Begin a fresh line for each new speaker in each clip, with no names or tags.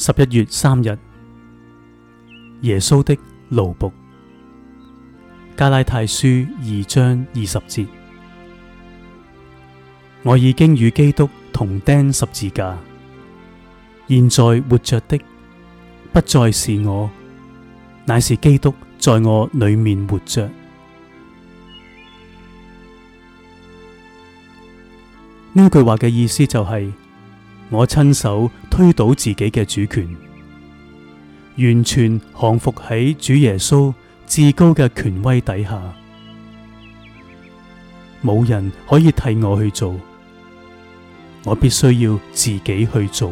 11月3日，耶穌的奴僕。加拉太書2章20節。我已經與基督同釘十字架，現在活着的不再是我，乃是基督在我裡面活着。呢句話嘅意思就係我親手推倒自己嘅主權，完全降服喺主耶穌至高嘅權威底下，冇人可以替我去做，我必須要自己去做。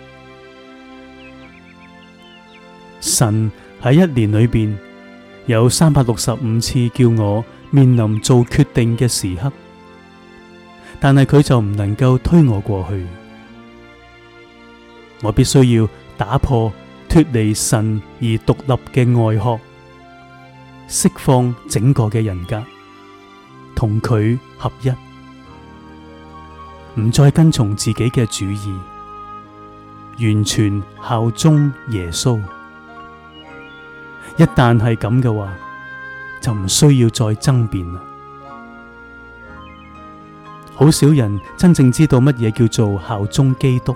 神喺一年裏邊有365次叫我面臨做決定嘅時刻，但係佢就唔能夠推我過去。我必須要打破脫離神而獨立嘅外殼，釋放整個嘅人格，同佢合一，唔再跟從自己嘅主意，完全效忠耶穌。一旦係咁嘅話，就唔需要再爭辯啦。好少人真正知道乜嘢叫做效忠基督。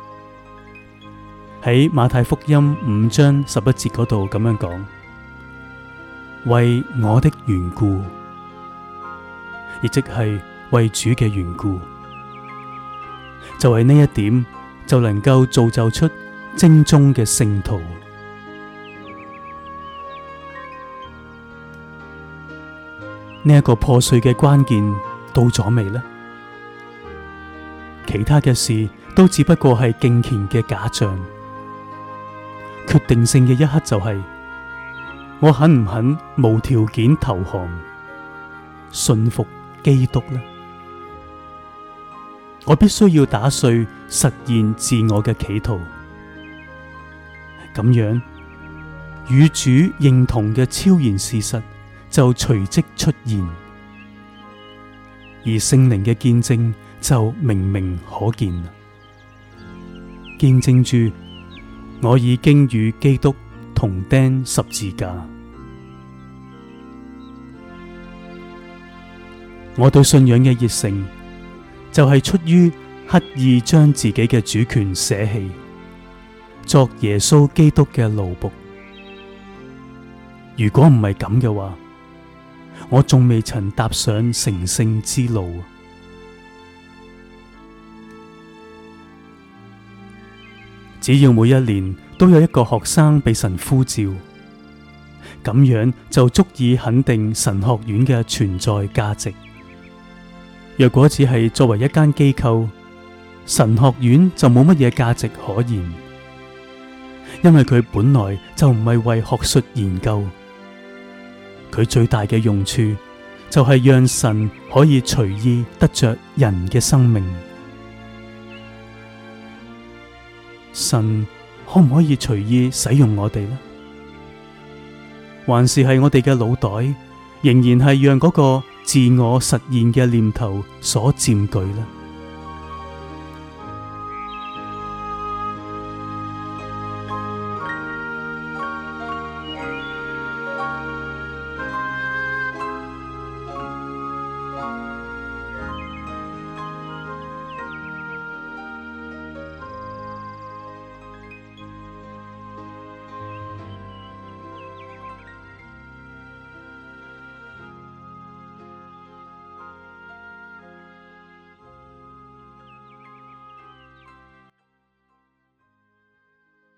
喺馬太福音5章11節嗰度咁樣講，為我的緣故，亦即係為主嘅緣故，就係呢一點就能夠造就出精忠嘅聖徒。呢一個破碎嘅關鍵到咗未呢？其他嘅事都只不過係敬虔嘅假象。決定性嘅一刻就係我肯唔肯無條件投降，信服基督呢？我必須要打碎實現自我嘅企圖，咁樣與主認同嘅超然事實就隨即出現，而聖靈嘅見證就明明可見啦，見證住我已經與基督同釘十字架。我對信仰嘅熱誠就係出於刻意將自己嘅主權捨棄，作耶穌基督嘅奴僕。如果唔係咁嘅話，我仲未曾踏上成聖之路。只要每一年都有一個學生被神呼召，咁樣就足以肯定神學院嘅存在價值。若果只係作為一間機構，神學院就冇乜嘢價值可言，因為佢本來就唔係為學術研究，佢最大嘅用處就係讓神可以隨意得着人嘅生命。神可唔可以隨意使用我哋呢？還是係我哋嘅腦袋仍然係讓嗰個自我實現嘅念頭所佔據呢？